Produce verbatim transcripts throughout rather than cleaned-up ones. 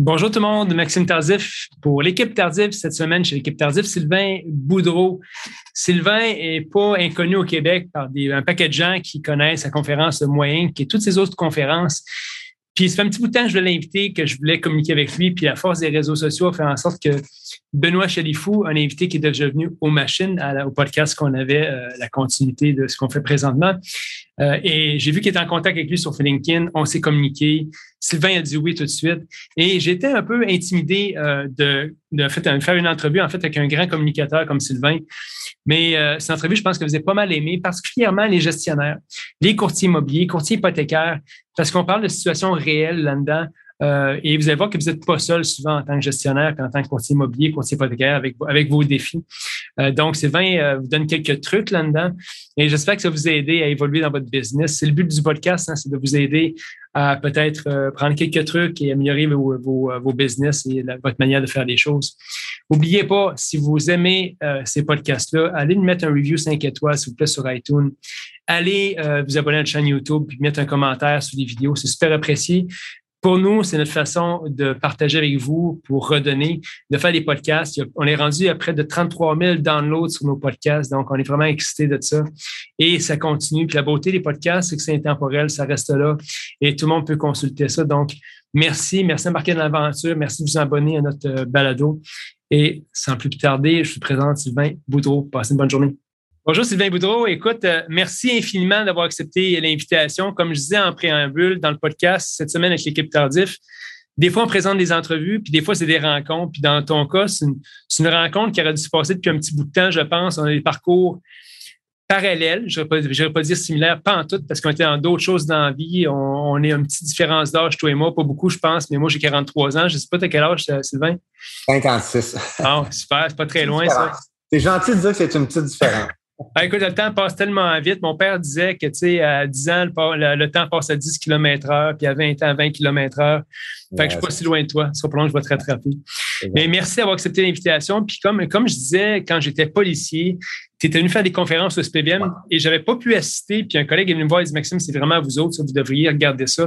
Bonjour tout le monde, Maxime Tardif pour l'équipe Tardif. Cette semaine, chez l'équipe Tardif, Sylvain Boudreau. Sylvain n'est pas inconnu au Québec par des, un paquet de gens qui connaissent la conférence Moyen Inc et toutes ces autres conférences. Puis ça fait un petit bout de temps que je voulais l'inviter, que je voulais communiquer avec lui. Puis la force des réseaux sociaux a fait en sorte que Benoît Chalifou, un invité qui est déjà venu aux machines, à la, au podcast qu'on avait, euh, la continuité de ce qu'on fait présentement. Euh, et j'ai vu qu'il était en contact avec lui sur LinkedIn. On s'est communiqué. Sylvain a dit oui tout de suite. Et j'étais un peu intimidé euh, de, de, fait, de faire une entrevue en fait avec un grand communicateur comme Sylvain. Mais euh, cette entrevue, je pense que vous avez pas mal aimé, particulièrement les gestionnaires, les courtiers immobiliers, courtiers hypothécaires, parce qu'on parle de situations réelles là-dedans. Euh, et vous allez voir que vous n'êtes pas seul souvent en tant que gestionnaire, puis en tant que courtier immobilier, courtier hypothécaire avec, avec vos défis. Euh, donc, Sylvain euh, vous donne quelques trucs là-dedans et j'espère que ça va vous aider à évoluer dans votre business. C'est le but du podcast, hein, c'est de vous aider à peut-être euh, prendre quelques trucs et améliorer vos, vos, vos business et la, votre manière de faire les choses. N'oubliez pas, si vous aimez euh, ces podcasts-là, allez nous mettre un review cinq étoiles, s'il vous plaît, sur iTunes. Allez euh, vous abonner à la chaîne YouTube puis mettre un commentaire sous les vidéos. C'est super apprécié. Pour nous, c'est notre façon de partager avec vous pour redonner, de faire des podcasts. On est rendu à près de trente-trois mille downloads sur nos podcasts, donc on est vraiment excités de ça. Et ça continue. Puis la beauté des podcasts, c'est que c'est intemporel, ça reste là et tout le monde peut consulter ça. Donc, merci. Merci d'embarquer dans l'aventure. Merci de vous abonner à notre balado. Et sans plus tarder, je vous présente Sylvain Boudreau. Passez une bonne journée. Bonjour Sylvain Boudreau. Écoute, euh, merci infiniment d'avoir accepté l'invitation. Comme je disais en préambule dans le podcast cette semaine avec l'équipe Tardif, des fois on présente des entrevues, puis des fois c'est des rencontres. Puis dans ton cas, c'est une, c'est une rencontre qui aurait dû se passer depuis un petit bout de temps, je pense. On a des parcours parallèles, je ne vais pas dire similaires, pas en tout, parce qu'on était dans d'autres choses dans la vie. On, on est une petite différence d'âge, toi et moi, pas beaucoup, je pense, mais moi j'ai quarante-trois ans. Je ne sais pas, tu as quel âge, Sylvain? cinquante-six. Ah, super, c'est pas très loin, ça. C'est gentil de dire que c'est une petite différence. Ah, écoute, le temps passe tellement vite. Mon père disait que, tu sais, à dix ans, le, le, le temps passe à dix kilomètres heure, puis à vingt ans, à vingt kilomètres heure. Fait que ouais, je ne suis pas si loin de toi. Ça prolonge, je vais te rattraper. Mais merci d'avoir accepté l'invitation. Puis comme, comme je disais, quand j'étais policier, tu étais venu faire des conférences au S P B M et je n'avais pas pu assister. Puis un collègue est venu me voir et dit, Maxime, c'est vraiment à vous autres, ça, vous devriez regarder ça. Euh,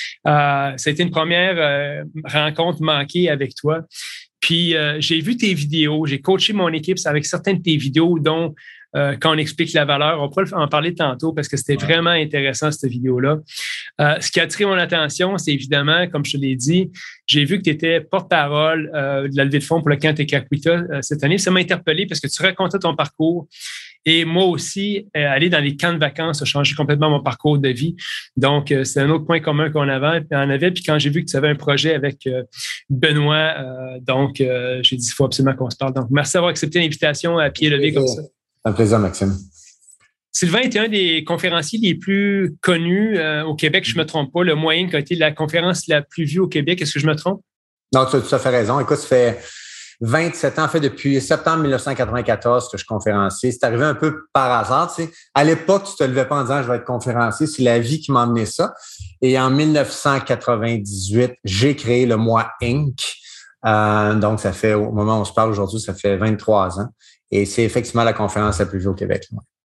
ça a été une première euh, rencontre manquée avec toi. Puis euh, j'ai vu tes vidéos, j'ai coaché mon équipe avec certaines de tes vidéos, dont Euh, quand on explique la valeur. On pourrait en parler tantôt parce que c'était ouais. vraiment intéressant, cette vidéo-là. Euh, ce qui a attiré mon attention, c'est évidemment, comme je te l'ai dit, j'ai vu que tu étais porte-parole euh, de la levée de fonds pour le camp Tekakwitha euh, cette année. Ça m'a interpellé parce que tu racontais ton parcours. Et moi aussi, euh, aller dans les camps de vacances a changé complètement mon parcours de vie. Donc, euh, c'est un autre point commun qu'on avait. On avait. Puis quand j'ai vu que tu avais un projet avec euh, Benoît, euh, donc euh, j'ai dit, il faut absolument qu'on se parle. Donc, merci d'avoir accepté l'invitation à pied levé comme ça. Un plaisir, Maxime. Sylvain était un des conférenciers les plus connus euh, au Québec, je ne me trompe pas. Le Moyen Inc a été la conférence la plus vue au Québec. Est-ce que je me trompe? Non, tu as tout à fait raison. Écoute, ça fait vingt-sept ans, en fait, depuis septembre mille neuf cent quatre-vingt-quatorze que je suis conférencier. C'est arrivé un peu par hasard, tu sais. À l'époque, tu te levais pas en disant « je vais être conférencier », c'est la vie qui m'a amené ça. Et en mille neuf cent quatre-vingt-dix-huit, j'ai créé le Moi Inc. Euh, donc, ça fait, au moment où on se parle aujourd'hui, ça fait vingt-trois ans. Et c'est effectivement la conférence la plus vue au Québec.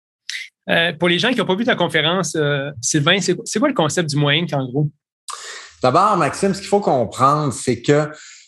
Euh, pour les gens qui n'ont pas vu ta conférence, euh, Sylvain, c'est, c'est quoi le concept du Moyen Inc en gros? D'abord, Maxime, ce qu'il faut comprendre, c'est que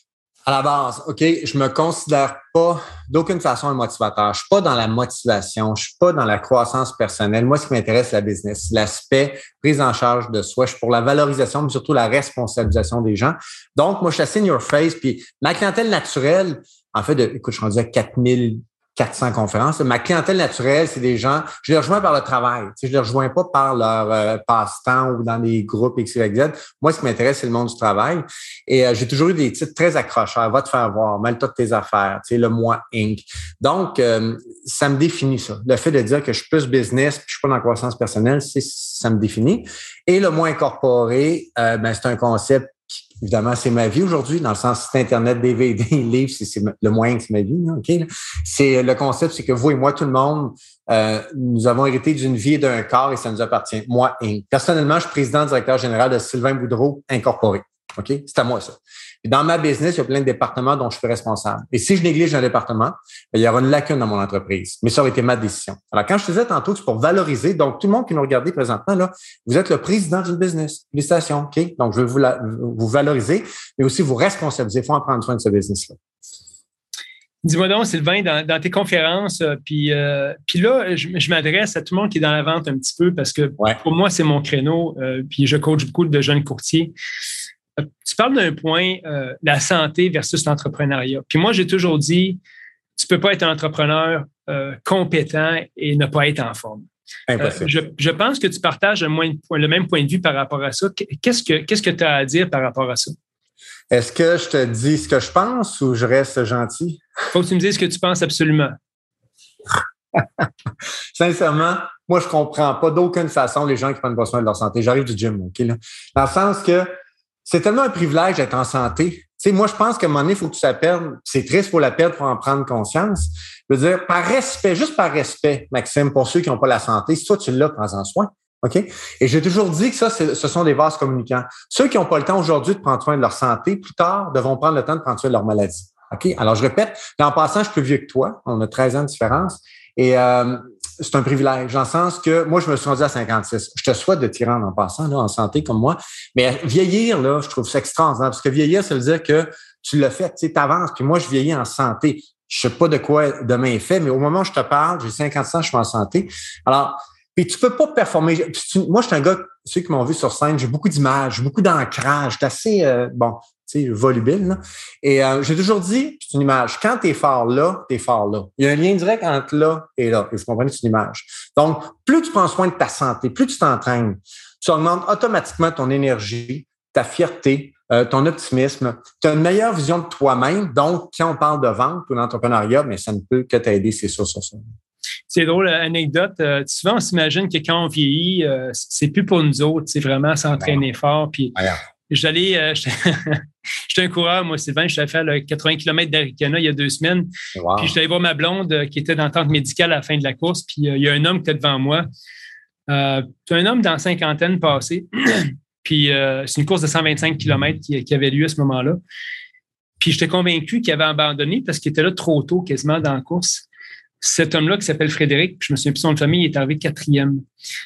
à la base, OK, je me considère pas d'aucune façon un motivateur. Je suis pas dans la motivation, je suis pas dans la croissance personnelle. Moi, ce qui m'intéresse, c'est la business, l'aspect prise en charge de soi. Je suis pour la valorisation, mais surtout la responsabilisation des gens. Donc, moi, je suis assez in your face. Puis ma clientèle naturelle, en fait, de, écoute, je suis rendu à quatre mille quatre cents conférences. Ma clientèle naturelle, c'est des gens, je les rejoins par le travail. Tu sais, je les rejoins pas par leur euh, passe-temps ou dans des groupes X, Y, Z. Moi, ce qui m'intéresse, c'est le monde du travail. Et euh, j'ai toujours eu des titres très accrocheurs. Va te faire voir, mêle-toi de tes affaires, tu sais, le Moi Inc. Donc, euh, ça me définit ça. Le fait de dire que je suis plus business, puis je suis pas dans la croissance personnelle, c'est, ça me définit. Et le Moi Incorporé, euh, ben, c'est un concept. Évidemment, c'est ma vie aujourd'hui, dans le sens site Internet, D V D, livre, c'est, c'est le moyen que c'est ma vie. Là, okay, là. C'est, le concept, c'est que vous et moi, tout le monde, euh, nous avons hérité d'une vie et d'un corps et ça nous appartient. Moi, Inc. Personnellement, je suis président directeur général de Sylvain Boudreau Incorporé. OK? C'est à moi, ça. Et dans ma business, il y a plein de départements dont je suis responsable. Et si je néglige un département, bien, il y aura une lacune dans mon entreprise. Mais ça aurait été ma décision. Alors, quand je te disais tantôt que c'est pour valoriser, donc tout le monde qui nous regarde présentement, là, vous êtes le président d'une business. Félicitations, OK? Donc, je veux vous, la, vous valoriser, mais aussi vous responsabiliser. Il faut en prendre soin de ce business-là. Dis-moi donc, Sylvain, dans, dans tes conférences, euh, puis, euh, puis là, je, je m'adresse à tout le monde qui est dans la vente un petit peu parce que ouais. pour moi, c'est mon créneau, euh, puis je coach beaucoup de jeunes courtiers. Euh, tu parles d'un point, euh, la santé versus l'entrepreneuriat. Puis moi, j'ai toujours dit, tu peux pas être un entrepreneur euh, compétent et ne pas être en forme. Impossible. Euh, je, je pense que tu partages le, moins, le même point de vue par rapport à ça. Qu'est-ce que qu'est-ce que tu as à dire par rapport à ça? Est-ce que je te dis ce que je pense ou je reste gentil? Faut que tu me dises ce que tu penses absolument. Sincèrement, moi, je comprends pas d'aucune façon les gens qui prennent pas soin de leur santé. J'arrive du gym, OK? Là. Dans le sens que c'est tellement un privilège d'être en santé. Tu sais, moi, je pense qu'à un moment donné, il faut que tu la perdes. C'est triste, il faut la perdre pour en prendre conscience. Je veux dire, par respect, juste par respect, Maxime, pour ceux qui n'ont pas la santé, si toi, tu l'as, prends-en soin. OK? Et j'ai toujours dit que ça, c'est, ce sont des vases communicants. Ceux qui n'ont pas le temps aujourd'hui de prendre soin de leur santé, plus tard, devront prendre le temps de prendre soin de leur maladie. OK? Alors, je répète, en passant, je suis plus vieux que toi. On a treize ans de différence. Et euh, c'est un privilège, dans le sens que moi, je me suis rendu à cinquante-six. Je te souhaite de t'y rendre en passant, là, en santé comme moi. Mais vieillir, là, je trouve ça extraordinaire. Parce que vieillir, ça veut dire que tu l'as fait, tu sais, t'avances. Puis moi, je vieillis en santé. Je sais pas de quoi demain est fait, mais au moment où je te parle, j'ai cinquante ans, je suis en santé. Alors, puis tu peux pas performer. Tu, moi, je suis un gars, ceux qui m'ont vu sur scène, j'ai beaucoup d'images, beaucoup d'ancrage. Je suis assez, euh, bon, tu sais, volubile. Là. Et euh, j'ai toujours dit, c'est une image. Quand t'es fort là, t'es fort là. Il y a un lien direct entre là et là. Et vous comprenez, c'est une image. Donc, plus tu prends soin de ta santé, plus tu t'entraînes, tu augmentes automatiquement ton énergie, ta fierté, euh, ton optimisme. Tu as une meilleure vision de toi-même. Donc, quand on parle de vente ou d'entrepreneuriat, mais ça ne peut que t'aider, c'est sûr, sur ça. C'est drôle, anecdote. Euh, souvent, on s'imagine que quand on vieillit, euh, c'est plus pour nous autres. C'est vraiment s'entraîner ouais. fort. Puis, ouais. j'allais, euh, j'étais un coureur, moi, Sylvain. Je suis allé faire le quatre-vingts kilomètres d'Arikana il y a deux semaines. Wow. Puis, je suis allé voir ma blonde euh, qui était dans tente médicale à la fin de la course. Puis, euh, il y a un homme qui était devant moi. Euh, c'est un homme dans la cinquantaine passée. Puis, euh, c'est une course de cent vingt-cinq kilomètres qui, qui avait lieu à ce moment-là. Puis, j'étais convaincu qu'il avait abandonné parce qu'il était là trop tôt, quasiment dans la course. Cet homme-là, qui s'appelle Frédéric, je me souviens plus son nom de famille, il est arrivé quatrième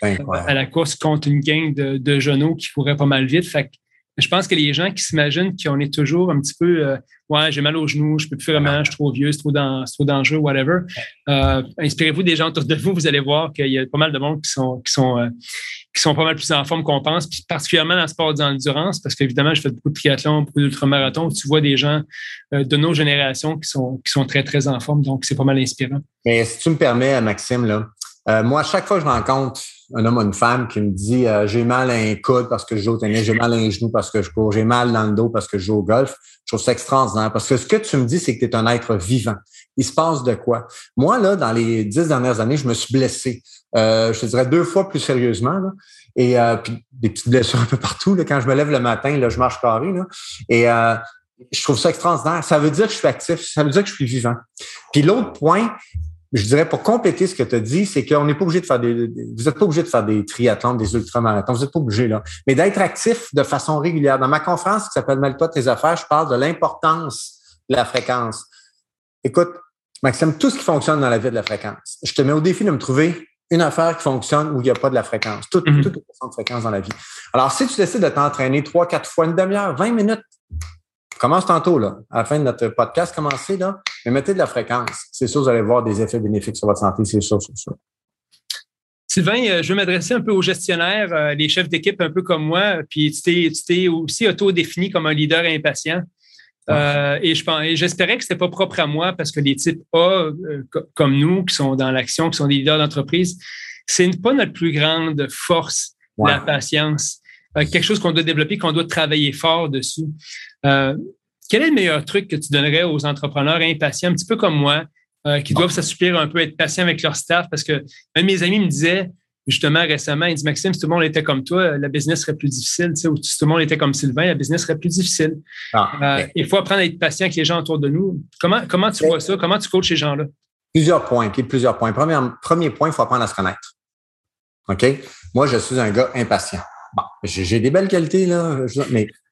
à la course contre une gang de, de genoux qui couraient pas mal vite. Fait que je pense que les gens qui s'imaginent qu'on est toujours un petit peu euh, ouais, j'ai mal aux genoux, je peux plus vraiment, je suis trop vieux, c'est trop, dan- c'est trop dangereux, whatever. Euh, inspirez-vous des gens autour de vous, vous allez voir qu'il y a pas mal de monde qui sont qui sont euh, qui sont pas mal plus en forme qu'on pense, puis particulièrement dans le sport d'endurance, parce qu'évidemment, je fais beaucoup de triathlon, beaucoup d'ultramarathons, tu vois des gens euh, de nos générations qui sont qui sont très, très en forme, donc c'est pas mal inspirant. Mais si tu me permets, Maxime, là, euh, moi, à chaque fois que je rencontre un homme ou une femme qui me dit euh, j'ai mal à un coude parce que je joue au tennis, j'ai mal à un genou parce que je cours, j'ai mal dans le dos parce que je joue au golf, je trouve ça extraordinaire parce que ce que tu me dis, c'est que tu es un être vivant. Il se passe de quoi? Moi, là, dans les dix dernières années, je me suis blessé. Euh, je te dirais deux fois plus sérieusement, là. Et euh, puis des petites blessures un peu partout. Là. Quand je me lève le matin, là, je marche carré. Là. Et euh, je trouve ça extraordinaire. Ça veut dire que je suis actif, ça veut dire que je suis vivant. Puis l'autre point, je dirais, pour compléter ce que tu as dit, c'est qu'on n'est pas obligé de faire des, vous n'êtes pas obligé de faire des triathlons, des ultramarathons, vous n'êtes pas obligé, là. Mais d'être actif de façon régulière. Dans ma conférence qui s'appelle Mêle-toi tes affaires, je parle de l'importance de la fréquence. Écoute, Maxime, tout ce qui fonctionne dans la vie de la fréquence. Je te mets au défi de me trouver une affaire qui fonctionne où il n'y a pas de la fréquence. Tout, mm-hmm. Toutes les façons de fréquence dans la vie. Alors, si tu décides de t'entraîner trois, quatre fois, une demi-heure, vingt minutes, commence tantôt, là. À la fin de notre podcast, commencez, là. Mais mettez de la fréquence. C'est sûr, vous allez voir des effets bénéfiques sur votre santé. C'est sûr, c'est sûr. Sylvain, je veux m'adresser un peu aux gestionnaires, les chefs d'équipe un peu comme moi. Puis tu t'es, tu t'es aussi auto-défini comme un leader impatient. Ouais. Euh, et, je pense, et j'espérais que c'était pas propre à moi parce que les types A, euh, comme nous, qui sont dans l'action, qui sont des leaders d'entreprise, c'est pas notre plus grande force, ouais. La patience. Euh, quelque chose qu'on doit développer, qu'on doit travailler fort dessus. Euh, quel est le meilleur truc que tu donnerais aux entrepreneurs impatients, un petit peu comme moi, euh, qui doivent s'assouplir un peu, être patients avec leur staff? Parce que un de mes amis me disait, justement, récemment, il dit, Maxime, si tout le monde était comme toi, la business serait plus difficile. Tu sais, ou si tout le monde était comme Sylvain, la business serait plus difficile. Ah, okay. euh, il faut apprendre à être patient avec les gens autour de nous. Comment, comment tu okay. vois ça? Comment tu coaches ces gens-là? Plusieurs points, okay, plusieurs points. Premier, premier point, il faut apprendre à se connaître. OK? Moi, je suis un gars impatient. Bon, j'ai, j'ai des belles qualités, là, mais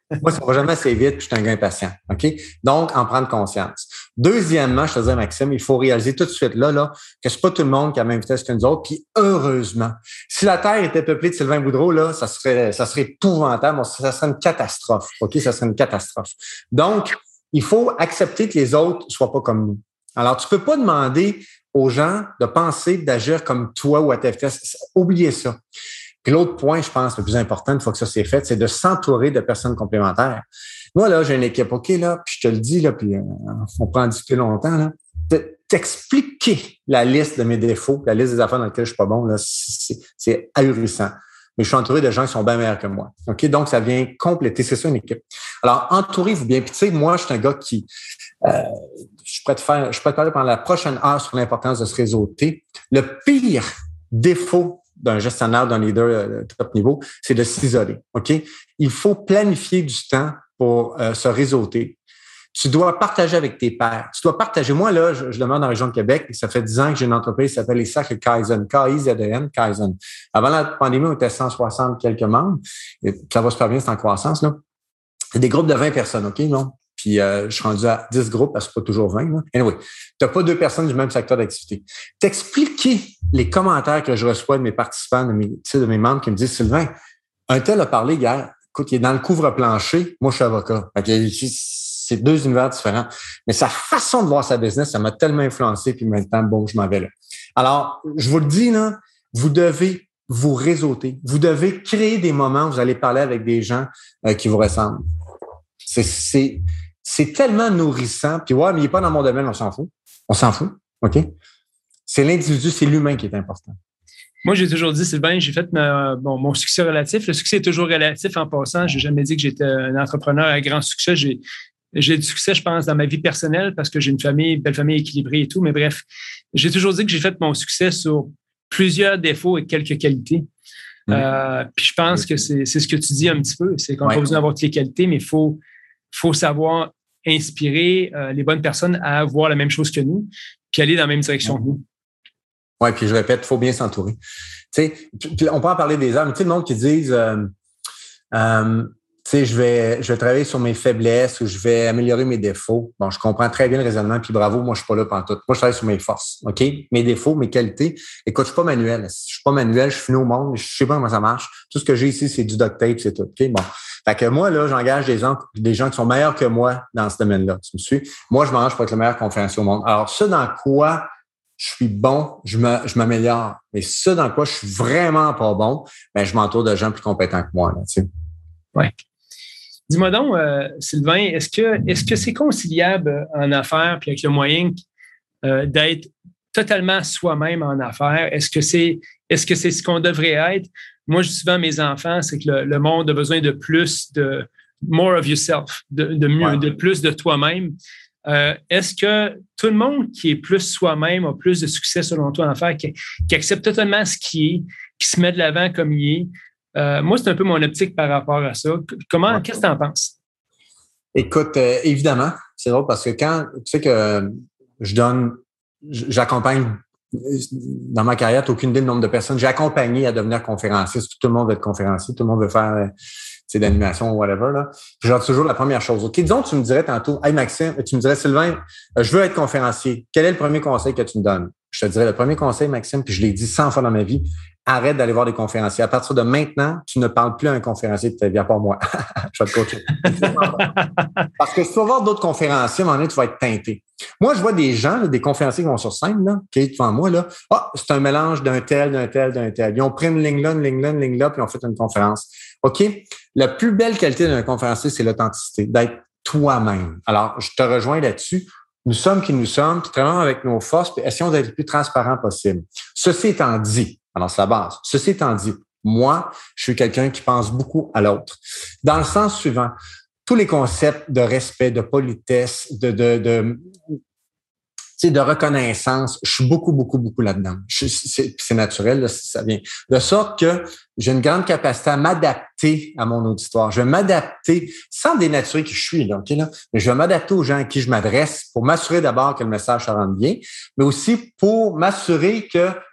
Moi, ça va jamais assez vite, puis je suis un gars impatient. OK? Donc, en prendre conscience. Deuxièmement, je te disais, Maxime, il faut réaliser tout de suite là, là, que c'est pas tout le monde qui a la même vitesse que nous autres, puis heureusement. Si la Terre était peuplée de Sylvain Boudreau, là, ça serait, ça serait épouvantable, ça serait une catastrophe. OK? Ça serait une catastrophe. Donc, il faut accepter que les autres soient pas comme nous. Alors, tu peux pas demander aux gens de penser, d'agir comme toi ou à ta vitesse. Oubliez ça. Puis l'autre point, je pense, le plus important, une fois que ça c'est fait, c'est de s'entourer de personnes complémentaires. Moi, là, j'ai une équipe, OK, là, puis je te le dis, là, puis euh, on peut en discuter longtemps, là. T'expliquer la liste de mes défauts, la liste des affaires dans lesquelles je suis pas bon, là, c'est, c'est ahurissant. Mais je suis entouré de gens qui sont bien meilleurs que moi. OK? Donc, ça vient compléter. C'est ça, une équipe. Alors, entourez-vous bien. Puis, tu sais, moi, je suis un gars qui... Euh, je pourrais te faire... Je pourrais te parler pendant la prochaine heure sur l'importance de se réseauter. Le pire défaut d'un gestionnaire, d'un leader euh, top niveau, c'est de s'isoler. OK? Il faut planifier du temps pour euh, se réseauter. Tu dois partager avec tes pairs. Tu dois partager. Moi, là, je, je demeure dans la région de Québec et ça fait dix ans que j'ai une entreprise qui s'appelle les Cercles Kaizen, K I Z E N, Kaizen. Avant la pandémie, on était cent soixante quelques membres. Et ça va super bien, c'est en croissance, là. C'est des groupes de vingt personnes, OK, non? Puis euh, je suis rendu à dix groupes, parce que c'est pas toujours vingt, là. Anyway, tu n'as pas deux personnes du même secteur d'activité. T'expliquer les commentaires que je reçois de mes participants, de mes, de mes membres qui me disent, Sylvain, un tel a parlé hier, écoute, il est dans le couvre-plancher, moi je suis avocat. Okay, c'est deux univers différents. Mais sa façon de voir sa business, ça m'a tellement influencé, puis maintenant, bon, je m'en vais là. Alors, je vous le dis, là, vous devez vous réseauter. Vous devez créer des moments où vous allez parler avec des gens euh, qui vous ressemblent. C'est, c'est, c'est tellement nourrissant. Puis ouais, mais il n'est pas dans mon domaine, on s'en fout. On s'en fout, OK? C'est l'individu, c'est l'humain qui est important. Moi, j'ai toujours dit, Sylvain, j'ai fait ma, bon, mon succès relatif. Le succès est toujours relatif en passant. Je n'ai jamais dit que j'étais un entrepreneur à grand succès. J'ai J'ai du succès, je pense, dans ma vie personnelle parce que j'ai une famille, une belle famille équilibrée et tout. Mais bref, j'ai toujours dit que j'ai fait mon succès sur plusieurs défauts et quelques qualités. Mmh. Euh, puis je pense que c'est, c'est ce que tu dis un petit peu. C'est qu'on n'a ouais. pas besoin d'avoir toutes les qualités, mais il faut, faut savoir inspirer euh, les bonnes personnes à voir la même chose que nous puis aller dans la même direction mmh. que nous. Oui, puis je répète, il faut bien s'entourer. Tu sais, on peut en parler des heures, mais tu sais, le monde qui disent... Euh, euh, Tu sais, je vais, je vais travailler sur mes faiblesses ou je vais améliorer mes défauts. Bon, je comprends très bien le raisonnement, puis bravo, moi, je suis pas là pantoute. Moi, je travaille sur mes forces, OK? Mes défauts, mes qualités. Écoute, je suis pas manuel. Je suis pas manuel, je suis fini au monde, je sais pas comment ça marche. Tout ce que j'ai ici, c'est du duct tape, c'est tout, OK? Bon. Fait que moi, là, j'engage des gens, des gens qui sont meilleurs que moi dans ce domaine-là. Tu me suis? Moi, je m'arrange pour être le meilleur conférencier au monde. Alors, ce dans quoi je suis bon, je me, je m'améliore. Mais ce dans quoi je suis vraiment pas bon, ben, je m'entoure de gens plus compétents que moi, là, tu sais. Ouais. Dis-moi donc, euh, Sylvain, est-ce que est-ce que c'est conciliable en affaires puis avec le moyen euh, d'être totalement soi-même en affaires? Est-ce que c'est est-ce que c'est ce qu'on devrait être? Moi, je dis souvent à mes enfants, c'est que le, le monde a besoin de plus de more of yourself, de, de mieux, ouais. de plus de toi-même. Euh, est-ce que tout le monde qui est plus soi-même a plus de succès selon toi en affaires, qui, qui accepte totalement ce qui est, qui se met de l'avant comme il est? Euh, moi, c'est un peu mon optique par rapport à ça. Comment, ouais. Qu'est-ce que tu en penses? Écoute, euh, évidemment, c'est drôle parce que quand, tu sais que je donne, j'accompagne dans ma carrière, tu n'as aucune idée du nombre de personnes. J'ai accompagné à devenir conférencier. Tout le monde veut être conférencier, tout le monde veut faire c'est d'animation ou whatever, là. Puis genre toujours la première chose. OK, disons, tu me dirais tantôt, hey Maxime, tu me dirais, Sylvain, je veux être conférencier. Quel est le premier conseil que tu me donnes? Je te dirais, le premier conseil, Maxime, puis je l'ai dit cent fois dans ma vie, arrête d'aller voir des conférenciers. À partir de maintenant, tu ne parles plus à un conférencier de ta vie, à part moi. Je vais te coacher. Parce que si tu vas voir d'autres conférenciers, à un moment donné, tu vas être teinté. Moi, je vois des gens, là, des conférenciers qui vont sur scène, là, qui est devant moi, là. Ah, c'est un mélange d'un tel, d'un tel, d'un tel. Ils ont pris une ligne là, une ligne là, une ligne là, puis ils ont fait une conférence. OK? La plus belle qualité d'un conférencier, c'est l'authenticité, d'être toi-même. Alors, je te rejoins là-dessus. Nous sommes qui nous sommes, puis travaillons avec nos forces, puis essayons d'être le plus transparent possible. Ceci étant dit, alors c'est la base, ceci étant dit, moi, je suis quelqu'un qui pense beaucoup à l'autre. Dans le sens suivant, tous les concepts de respect, de politesse, de, de, de, tu sais, de reconnaissance, je suis beaucoup, beaucoup, beaucoup là-dedans. Je, c'est, c'est naturel, là, ça vient. De sorte que j'ai une grande capacité à m'adapter à mon auditoire. Je vais m'adapter sans dénaturer qui je suis, là, OK, là, mais je vais m'adapter aux gens à qui je m'adresse pour m'assurer d'abord que le message se rende bien, mais aussi pour m'assurer que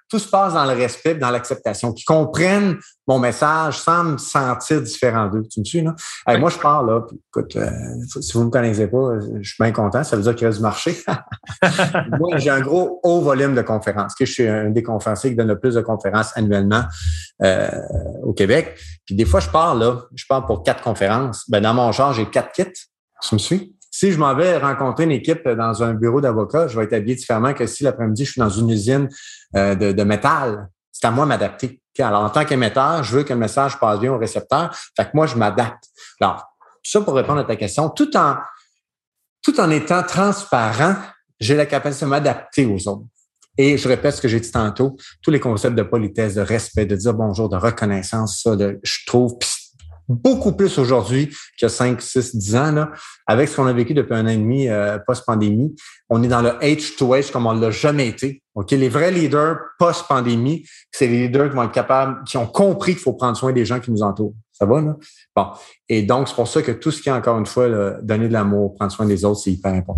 tout se passe dans le respect, dans l'acceptation, qu'ils comprennent mon message sans me sentir différent d'eux. Tu me suis, là? Hey, moi, je parle, là, puis, écoute, euh, si vous ne me connaissez pas, je suis bien content, ça veut dire qu'il reste du marché. Moi, j'ai un gros haut volume de conférences. Je suis un des conférenciers qui donne le plus de conférences annuellement euh, au Québec. Puis des fois, je pars, là, je pars pour quatre conférences. Ben, dans mon genre, j'ai quatre kits. Tu me suis? Si je m'en vais rencontrer une équipe dans un bureau d'avocat, je vais être habillé différemment que si l'après-midi, je suis dans une usine euh, de, de métal. C'est à moi de m'adapter. Alors, en tant qu'émetteur, je veux que le message passe bien au récepteur. Fait que moi, je m'adapte. Alors, tout ça pour répondre à ta question, tout en, tout en étant transparent, j'ai la capacité de m'adapter aux autres. Et je répète ce que j'ai dit tantôt, tous les concepts de politesse, de respect, de dire bonjour, de reconnaissance, ça, de, je trouve beaucoup plus aujourd'hui qu'il y a cinq, six, dix ans, là, avec ce qu'on a vécu depuis un an et demi euh, post-pandémie. On est dans le H deux H comme on l'a jamais été. Ok, les vrais leaders post-pandémie, c'est les leaders qui vont être capables, qui ont compris qu'il faut prendre soin des gens qui nous entourent. Ça va, là? Bon. Et donc, c'est pour ça que tout ce qui est, encore une fois, là, donner de l'amour, prendre soin des autres, c'est hyper important.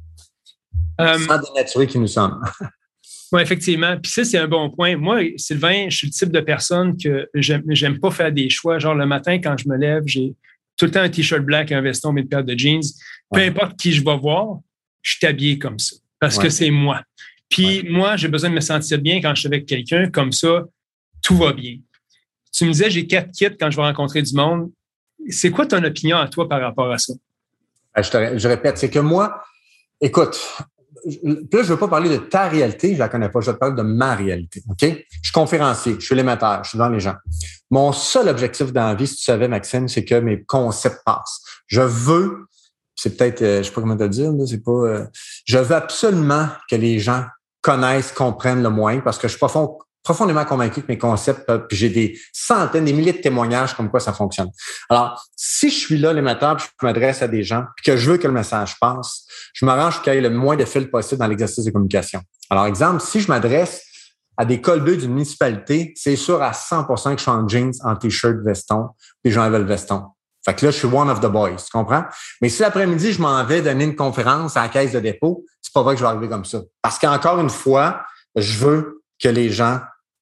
Um, Sans dénaturer qui nous sommes. Oui, effectivement. Puis ça, c'est un bon point. Moi, Sylvain, je suis le type de personne que j'aime, j'aime pas faire des choix. Genre, le matin, quand je me lève, j'ai tout le temps un T-shirt black, un veston, mais une paire de jeans. Peu ouais. importe qui je vais voir, je suis habillé comme ça. Parce ouais. que c'est moi. Puis ouais. moi, j'ai besoin de me sentir bien quand je suis avec quelqu'un. Comme ça, tout va bien. Tu me disais, j'ai quatre kits quand je vais rencontrer du monde. C'est quoi ton opinion à toi par rapport à ça? Je, te, je répète, c'est que moi, écoute, là, je veux pas parler de ta réalité, je la connais pas, je vais te parler de ma réalité, OK? Je suis conférencier, je suis l'émetteur, je suis dans les gens. Mon seul objectif dans la vie, si tu savais, Maxime, c'est que mes concepts passent. Je veux, c'est peut-être, euh, je sais pas comment te le dire, là, c'est pas, euh, je veux absolument que les gens connaissent, comprennent le moins, parce que je suis profond, profondément convaincu que mes concepts, puis j'ai des centaines, des milliers de témoignages comme quoi ça fonctionne. Alors, si je suis là, l'émetteur, puis je m'adresse à des gens, puis que je veux que le message passe, je m'arrange qu'il y ait le moins de fils possible dans l'exercice de communication. Alors, exemple, si je m'adresse à des colbeux d'une municipalité, c'est sûr à cent pour cent que je suis en jeans, en t-shirt, veston, puis j'enlève le veston. Fait que là, je suis one of the boys, tu comprends? Mais si l'après-midi, je m'en vais donner une conférence à la caisse de dépôt, c'est pas vrai que je vais arriver comme ça. Parce qu'encore une fois, je veux que les gens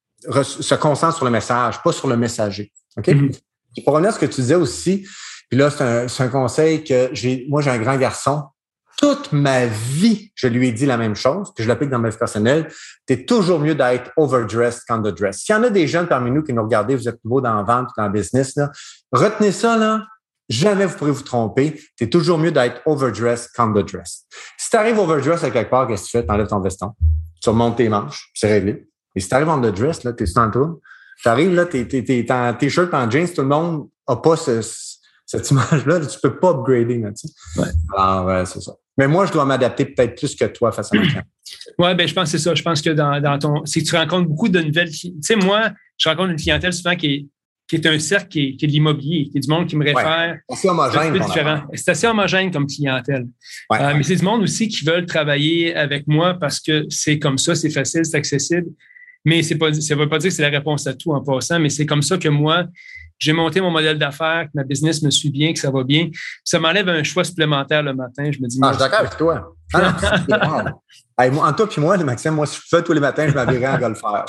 se concentre sur le message, pas sur le messager. OK? Mm-hmm. Pour revenir à ce que tu disais aussi, puis là, c'est un, c'est un conseil que j'ai, moi, j'ai un grand garçon. Toute ma vie, je lui ai dit la même chose, puis je l'applique dans ma vie personnelle. T'es toujours mieux d'être overdressed qu'underdressed. S'il y en a des jeunes parmi nous qui nous regardent, vous êtes nouveaux dans la vente, dans le business, là, retenez ça, là. Jamais vous pourrez vous tromper. T'es toujours mieux d'être overdressed qu'underdressed. Si t'arrives overdressed à quelque part, qu'est-ce que tu fais? T'enlèves ton veston. Tu remontes tes manches, c'est réglé. Et si t'arrives en dress, là, t'es sur ton tour, t'arrives là, t'es, t'es, t'es en t-shirt, en jeans, tout le monde n'a pas ce, cette image-là, là, tu peux pas upgrader, là, tu sais. Ouais. Alors, ouais, c'est ça. Mais moi, je dois m'adapter peut-être plus que toi face à ma clientèle. Oui, ben je pense que c'est ça. Je pense que dans, dans ton. C'est que tu rencontres beaucoup de nouvelles. Tu sais, moi, je rencontre une clientèle souvent qui est, qui est un cercle qui est, qui est de l'immobilier, qui est du monde qui me réfère. Ouais. C'est homogène. C'est différent. C'est assez homogène comme clientèle. Ouais, euh, ouais. Mais c'est du monde aussi qui veulent travailler avec moi parce que c'est comme ça, c'est facile, c'est accessible. Mais c'est pas, ça ne veut pas dire que c'est la réponse à tout en passant, mais c'est comme ça que moi, j'ai monté mon modèle d'affaires, que ma business me suit bien, que ça va bien. Puis ça m'enlève un choix supplémentaire le matin. Je me dis, ah, je suis d'accord avec toi. Ah, non, hey, moi, en toi puis moi, Maxime, moi, si je fais tous les matins, je m'habillerais en golfeur.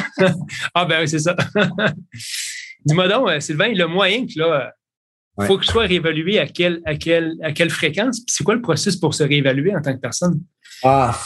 Ah, ben oui, c'est ça. Dis-moi donc, Sylvain, le moyen que là, il ouais. faut que je sois réévalué à quelle, à quelle, à quelle fréquence? Puis c'est quoi le processus pour se réévaluer en tant que personne? Ah,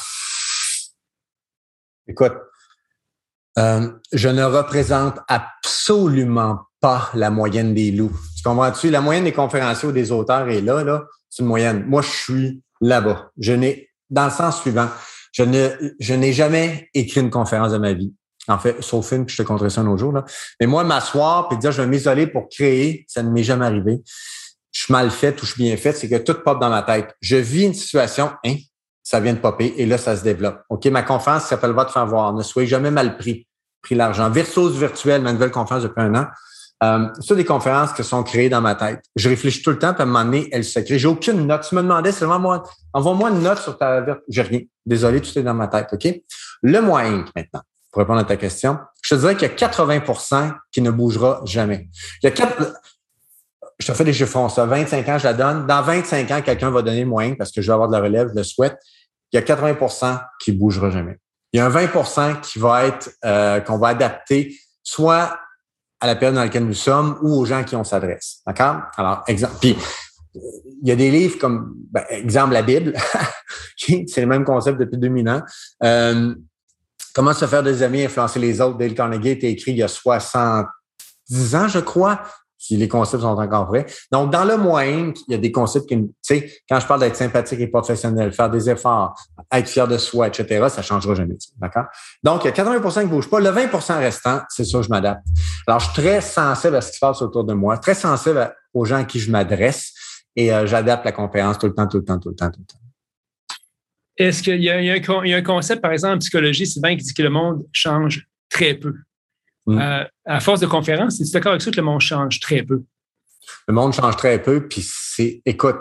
écoute. Euh, je ne représente absolument pas la moyenne des loups. Tu comprends-tu? La moyenne des conférenciers ou des auteurs est là, là. C'est une moyenne. Moi, je suis là-bas. Je n'ai, dans le sens suivant, je ne, je n'ai jamais écrit une conférence de ma vie. En fait, sauf une, puis je te conterai ça un autre jour, là. Mais moi, m'asseoir puis dire je vais m'isoler pour créer, ça ne m'est jamais arrivé. Je suis mal fait ou je suis bien fait, c'est que tout pop dans ma tête. Je vis une situation, hein, ça vient de popper et là, ça se développe. OK, ma conférence s'appelle « Va te faire voir ». Ne soyez jamais mal pris. Pris l'argent. Virtuose virtuelle, ma nouvelle conférence depuis un an. Euh, c'est des conférences qui sont créées dans ma tête. Je réfléchis tout le temps, puis à un moment donné, elles se créent. J'ai aucune note. Tu me demandais seulement moi, envoie-moi une note sur ta... J'ai rien. Désolé, tout est dans ma tête, OK? Le moyen maintenant, pour répondre à ta question, je te dirais qu'il y a quatre-vingts pour cent qui ne bougera jamais. Il y a quatre... Je te fais des chiffrons, ça. vingt-cinq ans, je la donne. Dans vingt-cinq ans, quelqu'un va donner le moyen parce que je vais avoir de la relève, je le souhaite. Il y a quatre-vingts pour cent qui ne bougera jamais. Il y a un vingt pour cent qui va être, euh, qu'on va adapter soit à la période dans laquelle nous sommes ou aux gens à qui on s'adresse. D'accord? Alors, exemple, puis il y a des livres comme, ben, exemple, la Bible, c'est le même concept depuis deux mille ans. Euh, Comment se faire des amis, influencer les autres, Dale Carnegie a été écrit il y a soixante-dix ans, je crois, si les concepts sont encore vrais. Donc, dans le moyen, il y a des concepts qui, tu sais, quand je parle d'être sympathique et professionnel, faire des efforts, être fier de soi, et cetera, ça ne changera jamais. D'accord? Donc, il y a quatre-vingts pour cent qui ne bougent pas. Le vingt pour cent restant, c'est sûr, je m'adapte. Alors, je suis très sensible à ce qui se passe autour de moi, très sensible à, aux gens à qui je m'adresse et euh, j'adapte la conférence tout le temps, tout le temps, tout le temps, tout le temps. Est-ce qu'il y a, il y a, un, il y a un concept, par exemple, en psychologie, Sylvain, qui dit que le monde change très peu? Mm. Euh, à force de conférences, es-tu d'accord avec ça que le monde change très peu? Le monde change très peu, puis c'est, écoute,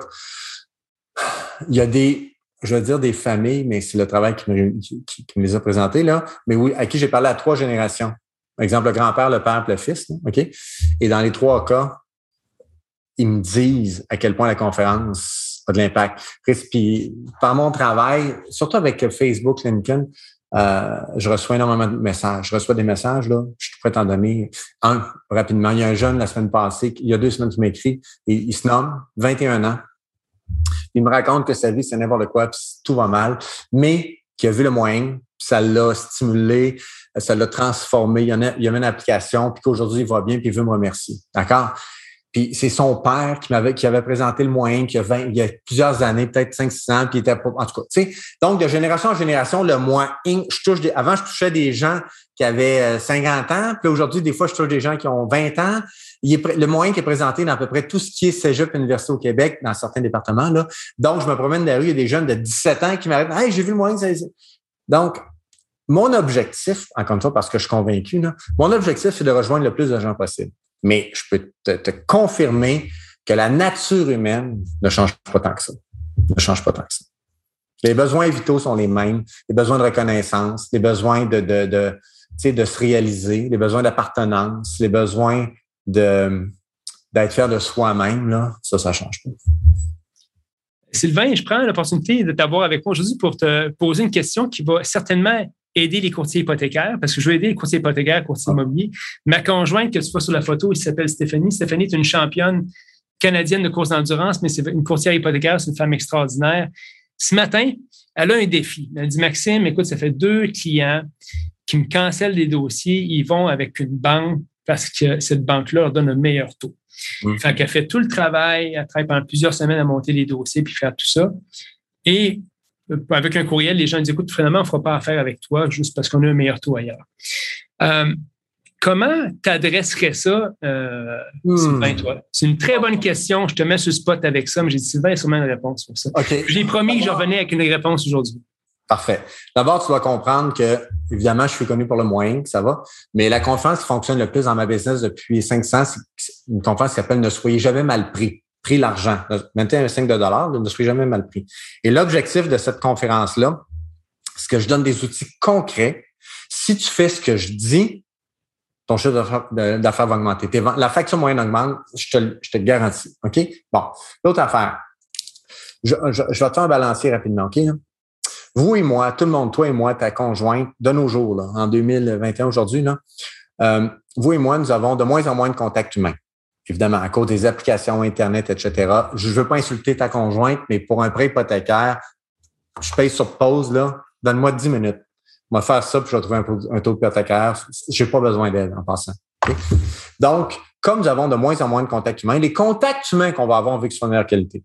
il y a des, je veux dire des familles, mais c'est le travail qui me, qui, qui me les a présentés, là, mais oui, à qui j'ai parlé à trois générations. Par exemple, le grand-père, le père, le fils, là, OK? Et dans les trois cas, ils me disent à quel point la conférence a de l'impact. Puis, par mon travail, surtout avec Facebook, LinkedIn, euh, je reçois énormément de messages. Je reçois des messages, là, je pourrais t'en donner un rapidement. Il y a un jeune la semaine passée, il y a deux semaines qui m'écrit, et il se nomme, vingt et un ans. Il me raconte que sa vie, c'est n'importe quoi, puis tout va mal, mais qu'il a vu le moyen, puis ça l'a stimulé, ça l'a transformé. Il y en a, il y avait une application, puis qu'aujourd'hui, il va bien, puis il veut me remercier. D'accord? Puis c'est son père qui m'avait qui avait présenté le moyen qu'il y a, vingt, il y a plusieurs années, peut-être cinq six ans, puis il était pas, en tout cas, tu sais. Donc, de génération en génération, le moyen, je touche des, avant, je touchais des gens qui avaient cinquante ans, puis aujourd'hui, des fois, je touche des gens qui ont vingt ans. Il est, le moyen qui est présenté dans à peu près tout ce qui est cégep université au Québec, dans certains départements, là. Donc, je me promène dans la rue, il y a des jeunes de dix-sept ans qui m'arrêtent. Hey, j'ai vu le moyen. Ça... Donc, mon objectif, encore une fois, parce que je suis convaincu, là, mon objectif, c'est de rejoindre le plus de gens possible. Mais je peux te, te confirmer que la nature humaine ne change pas tant que ça. Ne change pas tant que ça. Les besoins vitaux sont les mêmes. Les besoins de reconnaissance, les besoins de, de, de, tu sais, de se réaliser, les besoins d'appartenance, les besoins de, d'être fier de soi-même, là, ça, ça change pas. Sylvain, je prends l'opportunité de t'avoir avec moi aujourd'hui pour te poser une question qui va certainement aider les courtiers hypothécaires, parce que je veux aider les courtiers hypothécaires, courtiers immobiliers. Ma conjointe, que tu vois sur la photo, elle s'appelle Stéphanie. Stéphanie est une championne canadienne de course d'endurance, mais c'est une courtière hypothécaire, c'est une femme extraordinaire. Ce matin, elle a un défi. Elle dit, Maxime, écoute, ça fait deux clients qui me cancellent des dossiers. Ils vont avec une banque parce que cette banque-là leur donne un meilleur taux. Mmh. Fait qu'elle fait tout le travail, elle travaille pendant plusieurs semaines à monter les dossiers puis faire tout ça. Et avec un courriel, les gens disent, écoute, finalement, on ne fera pas affaire avec toi juste parce qu'on a un meilleur taux ailleurs. Euh, comment tu adresserais ça, euh, hmm. Sylvain, toi? C'est une très bonne question. Je te mets sur le spot avec ça, mais j'ai dit, Sylvain, il y a sûrement une réponse pour ça. Okay. J'ai promis que je revenais avec une réponse aujourd'hui. Parfait. D'abord, tu dois comprendre que, évidemment, je suis connu pour le moyen, que ça va, mais la conférence qui fonctionne le plus dans ma business depuis cinq ans, c'est une conférence qui s'appelle « Ne soyez jamais mal pris ». Pris l'argent. Mettez un cinq de dollars, ne soyez jamais mal pris. Et l'objectif de cette conférence-là, c'est que je donne des outils concrets. Si tu fais ce que je dis, ton chiffre d'affaires, d'affaires va augmenter. La facture moyenne augmente, je te, je te le garantis. OK? Bon. L'autre affaire. Je, je, je vais te faire un balancier rapidement. OK? Vous et moi, tout le monde, toi et moi, ta conjointe, de nos jours, là, en deux mille vingt et un, aujourd'hui, là, euh, vous et moi, nous avons de moins en moins de contacts humains. Évidemment, à cause des applications Internet, et cetera. Je ne veux pas insulter ta conjointe, mais pour un prêt hypothécaire, je paye sur pause, là. Donne-moi dix minutes. On va faire ça, puis je vais trouver un, un taux hypothécaire. Je n'ai pas besoin d'aide en passant. Okay? Donc, comme nous avons de moins en moins de contacts humains, les contacts humains qu'on va avoir, on veut qu'ils soient de meilleure qualité.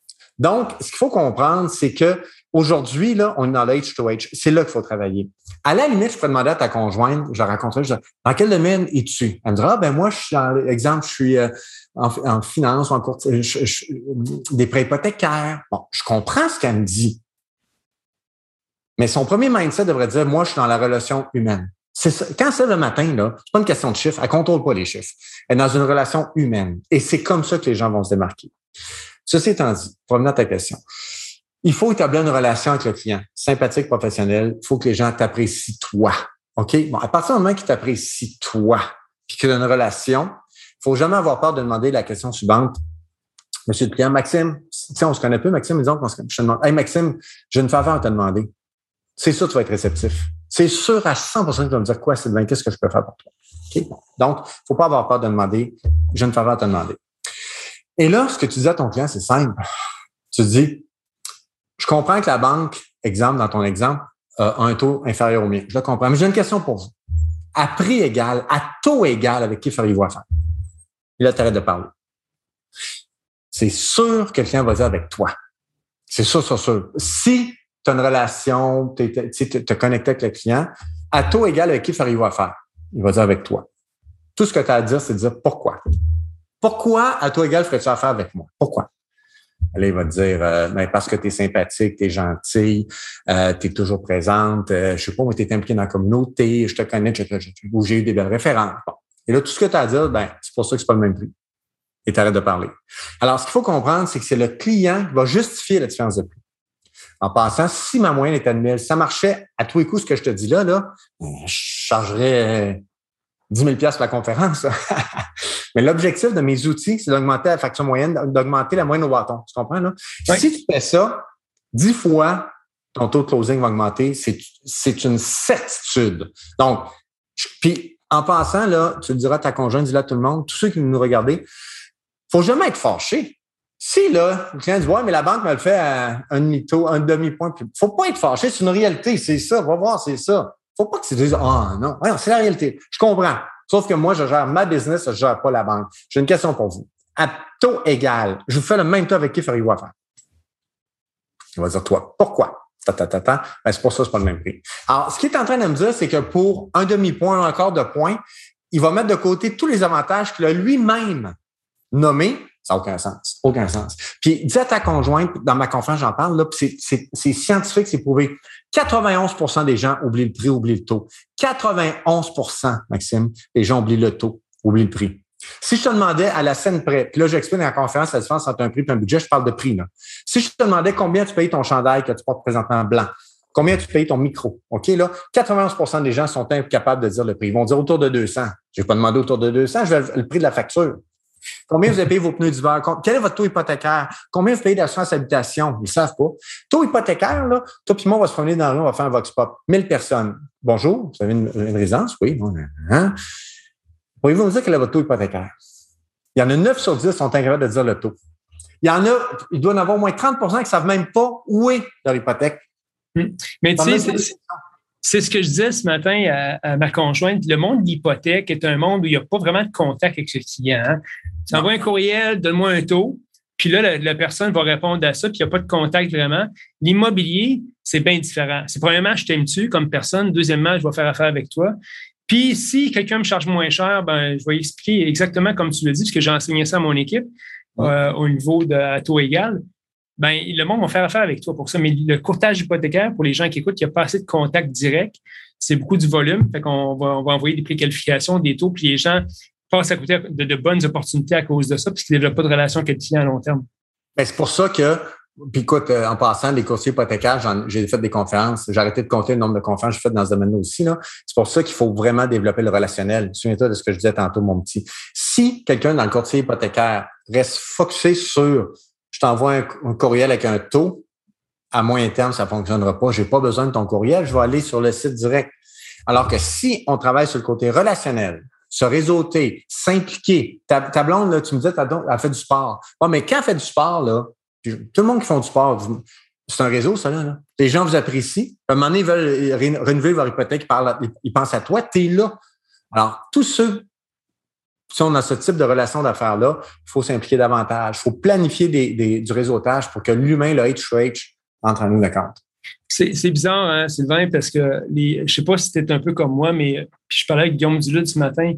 Donc, ce qu'il faut comprendre, c'est que aujourd'hui, là, on est dans le H deux H. C'est là qu'il faut travailler. À la limite, je peux demander à ta conjointe, je la rencontrerai, je dis, dans quel domaine es-tu? Elle me dira, ah, ben moi, je suis, en exemple, je suis euh, en, en finance ou en cours, je, je, je, des prêts hypothécaires. Bon, je comprends ce qu'elle me dit. Mais son premier mindset devrait dire, moi, je suis dans la relation humaine. C'est ça. Quand c'est le matin, là, c'est pas une question de chiffres. Elle contrôle pas les chiffres. Elle est dans une relation humaine. Et c'est comme ça que les gens vont se démarquer. Ceci étant dit, pour revenir à ta question, il faut établir une relation avec le client, sympathique, professionnel. Il faut que les gens t'apprécient toi. OK? Bon, à partir du moment qu'ils t'apprécient toi, puis qu'il y a une relation, il faut jamais avoir peur de demander la question suivante. Monsieur le client, Maxime, tu sais, on se connaît peu, Maxime, disons qu'on se connaît. Je te demande, hey, Maxime, j'ai une faveur à te demander. C'est sûr que tu vas être réceptif. C'est sûr à cent pour cent que tu vas me dire quoi, Sylvain, qu'est-ce que je peux faire pour toi? Okay? Donc, il ne faut pas avoir peur de demander. J'ai une faveur à te demander. Et là, ce que tu dis à ton client, c'est simple. Tu dis, je comprends que la banque, exemple, dans ton exemple, a un taux inférieur au mien. Je le comprends. Mais j'ai une question pour vous. À prix égal, à taux égal, avec qui feriez-vous affaire? Et là, tu arrêtes de parler. C'est sûr que le client va dire avec toi. C'est sûr, sûr, sûr. Si tu as une relation, tu te connecté avec le client, à taux égal, avec qui feriez-vous affaire? Il va dire avec toi. Tout ce que tu as à dire, c'est de dire pourquoi. Pourquoi, à taux égal, ferais-tu affaire avec moi? Pourquoi? Là, il va te dire, euh, ben, parce que tu es sympathique, tu es gentil, euh, tu es toujours présente, euh, je sais pas, moi, tu es impliqué dans la communauté, je te connais, je, je, je, ou j'ai eu des belles références. Bon. Et là, tout ce que tu as à dire, ben, c'est pour ça que c'est pas le même prix. Et tu arrêtes de parler. Alors, ce qu'il faut comprendre, c'est que c'est le client qui va justifier la différence de prix. En passant, si ma moyenne est à mille, ça marchait à tous les coups, ce que je te dis là, là, je chargerais dix mille dollars pour la conférence. Mais l'objectif de mes outils, c'est d'augmenter la facture moyenne, d'augmenter la moyenne au bâton. Tu comprends, là? Oui. Si tu fais ça, dix fois, ton taux de closing va augmenter. C'est, c'est une certitude. Donc, puis en passant, là, tu le diras à ta conjointe, dis-le à tout le monde, tous ceux qui nous regardent, faut jamais être fâché. Si, là, le client dit, ouais, mais la banque me le fait à un demi-taux, un demi-point. Faut pas être fâché. C'est une réalité. C'est ça. Va voir, c'est ça. Faut pas que tu dises, ah, oh, non. Ouais, c'est la réalité. Je comprends. Sauf que moi, je gère ma business, je gère pas la banque. J'ai une question pour vous. À taux égal, je vous fais le même taux avec qui feriez-vous affaire? Il va dire, toi, pourquoi? Ta, ta, ta, ta. Ben, c'est pour ça que c'est pas le même prix. Alors, ce qu'il est en train de me dire, c'est que pour un demi-point, un quart de point, il va mettre de côté tous les avantages qu'il a lui-même nommés. Ça n'a aucun sens. Aucun sens. Puis, dis à ta conjointe, dans ma conférence, j'en parle, là, puis c'est, c'est, c'est scientifique, c'est prouvé. quatre-vingt-onze pour cent des gens oublient le prix, oublient le taux. quatre-vingt-onze pour cent, Maxime, des gens oublient le taux, oublient le prix. Si je te demandais à la scène près, puis là, j'explique dans la conférence la différence entre un prix et un budget, je parle de prix, là. Si je te demandais combien tu payes ton chandail que tu portes présentement blanc, combien tu payes ton micro, OK, là, quatre-vingt-onze pour cent des gens sont incapables de dire le prix. Ils vont dire autour de deux cents. Je vais pas demander autour de deux cents, je vais le prix de la facture. Combien vous avez payé vos pneus d'hiver? Quel est votre taux hypothécaire? Combien vous payez d'assurance habitation? Ils ne savent pas. Taux hypothécaire, là, toi puis moi, on va se promener dans la rue, on va faire un vox pop. mille personnes. Bonjour, vous avez une, une résidence? Oui. Hein? Pourriez-vous me dire quel est votre taux hypothécaire? Il y en a neuf sur dix qui sont incapables de dire le taux. Il y en a, il doit y en avoir au moins trente pour cent qui ne savent même pas où est leur hypothèque. Hum. Mais tu sais, c'est, c'est ce que je disais ce matin à, à ma conjointe. Le monde de l'hypothèque est un monde où il n'y a pas vraiment de contact avec le client. Hein? Tu envoies un courriel, donne-moi un taux, puis là, la, la personne va répondre à ça, puis il n'y a pas de contact vraiment. L'immobilier, c'est bien différent. C'est premièrement, je t'aime-tu comme personne. Deuxièmement, je vais faire affaire avec toi. Puis si quelqu'un me charge moins cher, ben je vais expliquer exactement comme tu l'as dit, parce que j'ai enseigné ça à mon équipe euh, au niveau de à taux égal. Ben le monde va faire affaire avec toi pour ça. Mais le courtage hypothécaire, pour les gens qui écoutent, il n'y a pas assez de contact direct. C'est beaucoup du volume. Fait qu'on va, on va envoyer des préqualifications, des taux, puis les gens passent à côté de, de bonnes opportunités à cause de ça, puisqu'ils ne développent pas de relation avec le client à long terme. Bien, c'est pour ça que, puis écoute, en passant, les courtiers hypothécaires, j'en, j'ai fait des conférences, j'ai arrêté de compter le nombre de conférences que j'ai fait dans ce domaine-là aussi. Là. C'est pour ça qu'il faut vraiment développer le relationnel. Souviens-toi de ce que je disais tantôt, mon petit. Si quelqu'un dans le courtier hypothécaire reste focusé sur « je t'envoie un, un courriel avec un taux », à moyen terme, ça ne fonctionnera pas. Je n'ai pas besoin de ton courriel, je vais aller sur le site direct. Alors que si on travaille sur le côté relationnel, se réseauter, s'impliquer. Ta, ta blonde, là, tu me disais, ta blonde, elle fait du sport. Bon, mais quand elle fait du sport, là, tout le monde qui fait du sport, vous, c'est un réseau, ça, là, là. Les gens vous apprécient. À un moment donné, ils veulent ré, renouveler leur hypothèque, ils, parlent, ils, ils pensent à toi, tu es là. Alors, tous ceux qui sont dans ce type de relation d'affaires-là, il faut s'impliquer davantage. Il faut planifier des, des, du réseautage pour que l'humain, le H deux H, entre en nous de compte. C'est, c'est bizarre, hein, Sylvain, parce que les, je sais pas si tu es un peu comme moi, mais puis je parlais avec Guillaume Duluth ce matin.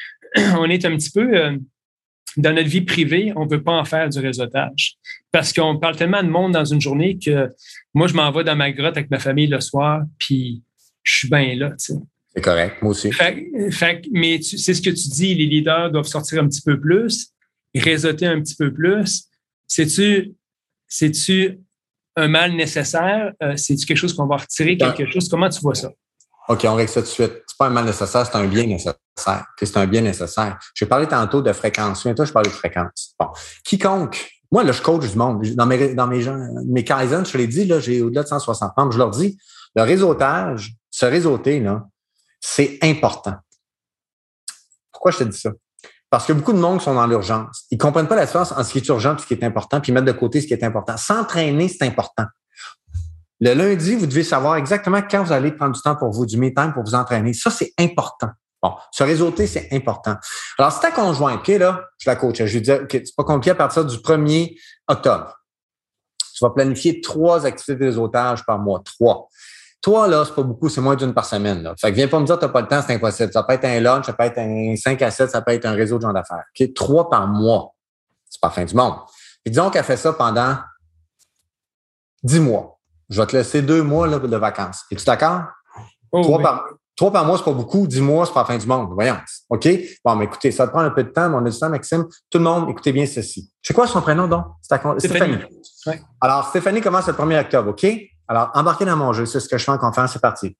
On est un petit peu euh, dans notre vie privée, on ne veut pas en faire du réseautage. Parce qu'on parle tellement de monde dans une journée que moi, je m'en vais dans ma grotte avec ma famille le soir, puis je suis bien là, tu sais. C'est correct, moi aussi. Fait, fait, mais tu, c'est ce que tu dis, les leaders doivent sortir un petit peu plus, réseauter un petit peu plus. C'est-tu, c'est-tu un mal nécessaire? Euh, c'est-tu quelque chose qu'on va retirer, quelque chose? Comment tu vois ça? OK, on règle ça tout de suite. C'est pas un mal nécessaire, c'est un bien nécessaire. C'est un bien nécessaire. J'ai parlé tantôt de fréquence. Souviens-toi, je parlais de fréquence. Bon. Quiconque, moi, là, je coach du monde. Dans mes, dans mes gens, mes Kaizen, je te l'ai dit, là, j'ai au-delà de cent soixante membres, je leur dis, Le réseautage, se réseauter, là, c'est important. Pourquoi je te dis ça? Parce que beaucoup de monde sont dans l'urgence. Ils ne comprennent pas la différence entre ce qui est urgent et ce qui est important, puis mettre de côté ce qui est important. S'entraîner, c'est important. Le lundi, vous devez savoir exactement quand vous allez prendre du temps pour vous, du me time pour vous entraîner. Ça, c'est important. Bon, se réseauter, c'est important. Alors, si ta conjointe, OK, là, je la coach, je lui dis, OK, c'est pas compliqué à partir du premier octobre. Tu vas planifier trois activités de réseautage par mois. Trois. Toi, là, c'est pas beaucoup, c'est moins d'une par semaine. Là. Fait que viens pas me dire que t'as pas le temps, c'est impossible. Ça peut être un lunch, ça peut être un cinq à sept, ça peut être un réseau de gens d'affaires. OK? Trois par mois. C'est pas la fin du monde. Puis disons qu'elle fait ça pendant dix mois. Je vais te laisser deux mois là, de vacances. Es-tu d'accord? Oh, trois, oui. par, trois par mois, c'est pas beaucoup. Dix mois, c'est pas la fin du monde. Voyons. OK? Bon, mais écoutez, ça te prend un peu de temps, mais on a du temps, Maxime. Tout le monde, écoutez bien ceci. C'est quoi son prénom, donc? C'est ta, Stéphanie. Stéphanie. Ouais. Alors, Stéphanie commence le premier octobre, OK? Alors, embarquez dans mon jeu. C'est ce que je fais en conférence. C'est parti.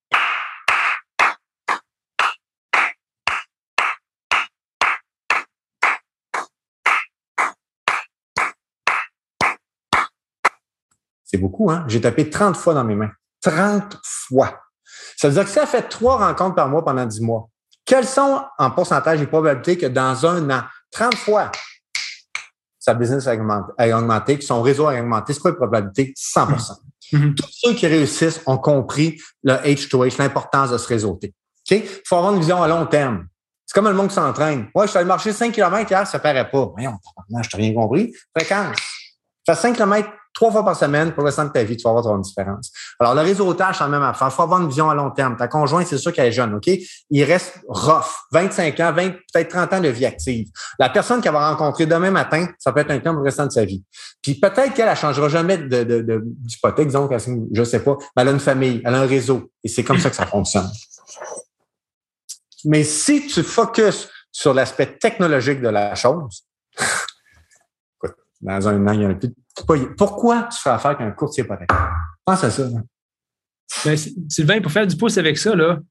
C'est beaucoup, hein? J'ai tapé trente fois dans mes mains. trente fois. Ça veut dire que si elle fait trois rencontres par mois pendant dix mois, quelles sont en pourcentage les probabilités que dans un an, trente fois, sa business a augmenté, a augmenté que son réseau a augmenté? C'est quoi les probabilités? cent pour cent. Mm-hmm. Tous ceux qui réussissent ont compris le H deux H, l'importance de se réseauter. OK? Il faut avoir une vision à long terme. C'est comme le monde qui s'entraîne. Ouais, je suis allé marcher cinq kilomètres hier, ça ne paraît pas. Voyons, je t'ai rien compris. Fréquence. Fais cinq kilomètres trois fois par semaine pour le restant de ta vie, tu vas voir une différence. Alors, le réseautage, c'est la même affaire. Il faut avoir une vision à long terme. Ta conjointe, c'est sûr qu'elle est jeune, OK? Il reste rough. vingt-cinq ans, vingt, peut-être trente ans de vie active. La personne qu'elle va rencontrer demain matin, ça peut être un temps pour le restant de sa vie. Puis peut-être qu'elle ne changera jamais de, de, de, d'hypothèque, disons, je ne sais pas, mais elle a une famille, elle a un réseau. Et c'est comme ça que ça fonctionne. Mais si tu focuses sur l'aspect technologique de la chose, écoute, dans un an, il y en a plus de Pourquoi tu fais affaire avec un courtier hypothécaire? Pense à ça. Hein? Ben, Sylvain, pour faire du pouce avec ça, là,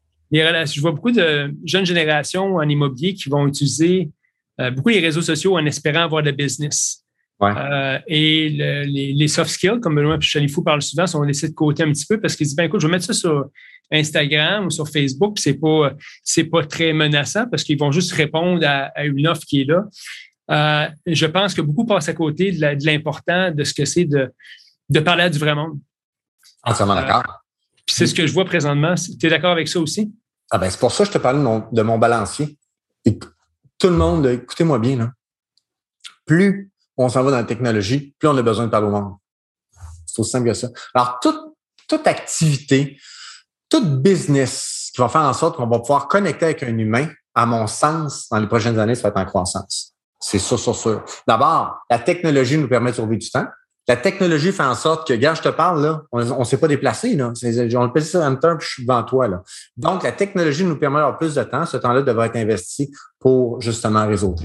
je vois beaucoup de jeunes générations en immobilier qui vont utiliser euh, beaucoup les réseaux sociaux en espérant avoir de la business. Ouais. Euh, et le, les, les soft skills, comme Benoît Chalifou parle souvent, sont laissés de côté un petit peu parce qu'ils disent, ben écoute, je vais mettre ça sur Instagram ou sur Facebook, puis c'est pas, c'est pas très menaçant parce qu'ils vont juste répondre à, à une offre qui est là. Euh, je pense que beaucoup passent à côté de, la, de l'important de ce que c'est de, de parler à du vrai monde. Entièrement euh, d'accord. Puis c'est ce que je vois présentement. Tu es d'accord avec ça aussi? Ah ben c'est pour ça que je te parlais de mon, de mon balancier. Et tout le monde, écoutez-moi bien, là. Plus on s'en va dans la technologie, plus on a besoin de parler au monde. C'est aussi simple que ça. Alors, toute, toute activité, tout business qui va faire en sorte qu'on va pouvoir connecter avec un humain, à mon sens, dans les prochaines années, ça va être en croissance. C'est sûr, sûr, sûr. D'abord, la technologie nous permet de sauver du temps. La technologie fait en sorte que, gars, je te parle, là, on ne s'est pas déplacé, là. C'est, on le pèse sur Enter, puis je suis devant toi, là. Donc, la technologie nous permet d'avoir plus de temps. Ce temps-là devrait être investi pour, justement, résoudre.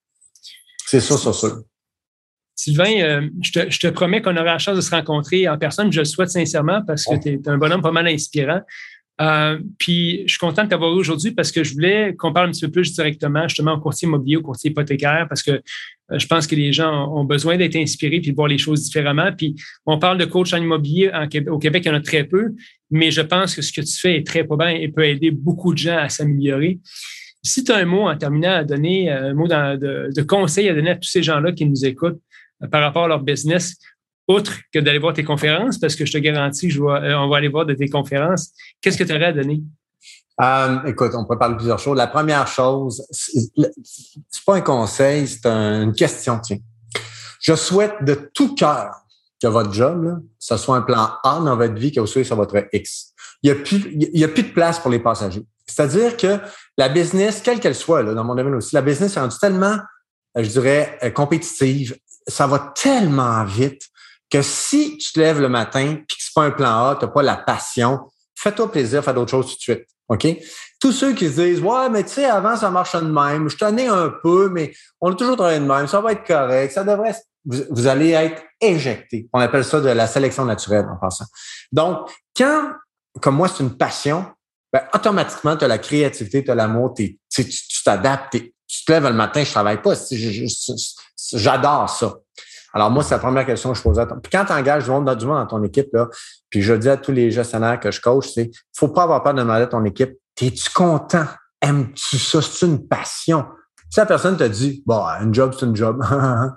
C'est sûr, sûr, sûr. Sylvain, euh, je, te, je te promets qu'on aura la chance de se rencontrer en personne. Je le souhaite sincèrement parce que tu es un bonhomme pas mal inspirant. Euh, puis, je suis content de t'avoir eu aujourd'hui parce que je voulais qu'on parle un petit peu plus directement justement au courtier immobilier, au courtier hypothécaire parce que euh, je pense que les gens ont besoin d'être inspirés puis de voir les choses différemment. Puis, on parle de coach en immobilier en Québec, au Québec, il y en a très peu, mais je pense que ce que tu fais est très probant et peut aider beaucoup de gens à s'améliorer. Si tu as un mot en terminant à donner, un mot de, de, de conseil à donner à tous ces gens-là qui nous écoutent euh, par rapport à leur business, outre que d'aller voir tes conférences, parce que je te garantis que je vais, euh, on va aller voir de tes conférences, qu'est-ce que tu aurais à donner? Euh, écoute, on peut parler de plusieurs choses. La première chose, c'est, c'est pas un conseil, c'est un, une question. Tiens. Je souhaite de tout cœur que votre job, là, ce soit un plan A dans votre vie, que vous soyez sur votre X. Il n'y a plus, il y a plus de place pour les passagers. C'est-à-dire que la business, quelle qu'elle soit, là, dans mon domaine aussi, la business est rendue tellement, je dirais, compétitive. Ça va tellement vite que si tu te lèves le matin et que c'est pas un plan A, tu n'as pas la passion, fais-toi plaisir, fais d'autres choses tout de suite. OK? Tous ceux qui se disent, ouais, mais tu sais, avant, ça marchait de même, je tenais un peu, mais on a toujours travaillé de même, ça va être correct, ça devrait, vous, vous allez être éjecté. On appelle ça de la sélection naturelle en passant. Donc, quand, comme moi, c'est une passion, ben, automatiquement, tu as la créativité, tu as l'amour, t'es, tu, tu t'adaptes, tu te lèves le matin, je travaille pas, je, je, je, j'adore ça. Alors, moi, c'est la première question que je pose à ton. Puis quand tu engages du monde, du monde dans ton équipe, là, puis je dis à tous les gestionnaires que je coach, c'est, faut pas avoir peur de demander à ton équipe, es-tu content? Aimes-tu ça? C'est une passion? Si la personne te dit, bon, une job, c'est une job, tu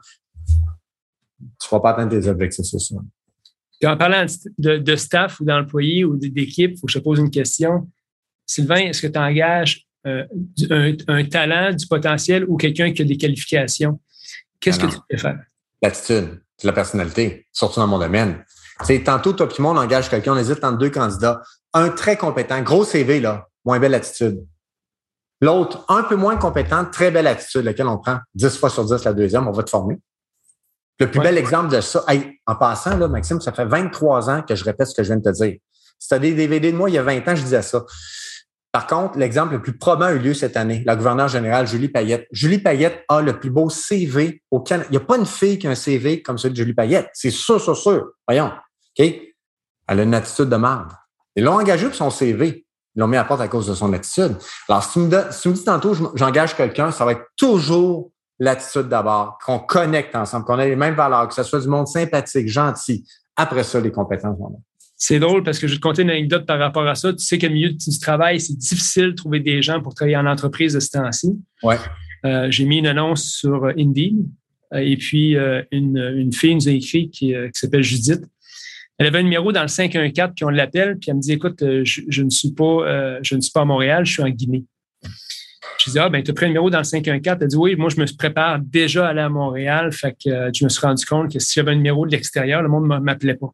ne vas pas atteindre tes objectifs, c'est ça. Puis en parlant de, de staff ou d'employés ou d'équipe, il faut que je te pose une question. Sylvain, est-ce que tu engages euh, un, un talent, du potentiel ou quelqu'un qui a des qualifications? Qu'est-ce Alors, que tu préfères? L'attitude, c'est la personnalité, surtout dans mon domaine. C'est tantôt, toi puis moi, on engage quelqu'un, on hésite entre deux candidats. Un très compétent, gros C V, là, moins belle attitude. L'autre, un peu moins compétent, très belle attitude, laquelle on prend dix fois sur dix la deuxième, on va te former. Le plus ouais. bel exemple de ça, hey, en passant, là, Maxime, ça fait vingt-trois ans que je répète ce que je viens de te dire. Si tu as des D V D de moi, il y a vingt ans, je disais ça. Par contre, l'exemple le plus probant a eu lieu cette année. La gouverneure générale, Julie Payette. Julie Payette a le plus beau C V au Canada. Il n'y a pas une fille qui a un C V comme celui de Julie Payette. C'est sûr, sûr, sûr. Voyons. OK? Elle a une attitude de merde. Ils l'ont engagée pour son C V. Ils l'ont mis à porte à cause de son attitude. Alors, si tu me, donnes, si tu me dis tantôt, j'engage quelqu'un, ça va être toujours l'attitude d'abord, qu'on connecte ensemble, qu'on ait les mêmes valeurs, que ce soit du monde sympathique, gentil. Après ça, les compétences. C'est drôle parce que je vais te conter une anecdote par rapport à ça. Tu sais que le milieu du travail, c'est difficile de trouver des gens pour travailler en entreprise de ce temps-ci. Ouais. Euh, j'ai mis une annonce sur Indeed euh, et puis euh, une, une fille nous a écrit qui, euh, qui s'appelle Judith. Elle avait un numéro dans le cinq un quatre, puis on l'appelle, puis elle me dit, écoute, euh, je, je ne suis pas euh, je ne suis pas à Montréal, je suis en Guinée. Je dis, ah, ben, tu as pris un numéro dans le cinq un quatre. Elle dit, oui, moi, je me prépare déjà à aller à Montréal. Fait que euh, je me suis rendu compte que si j'avais un numéro de l'extérieur, le monde ne m'appelait pas.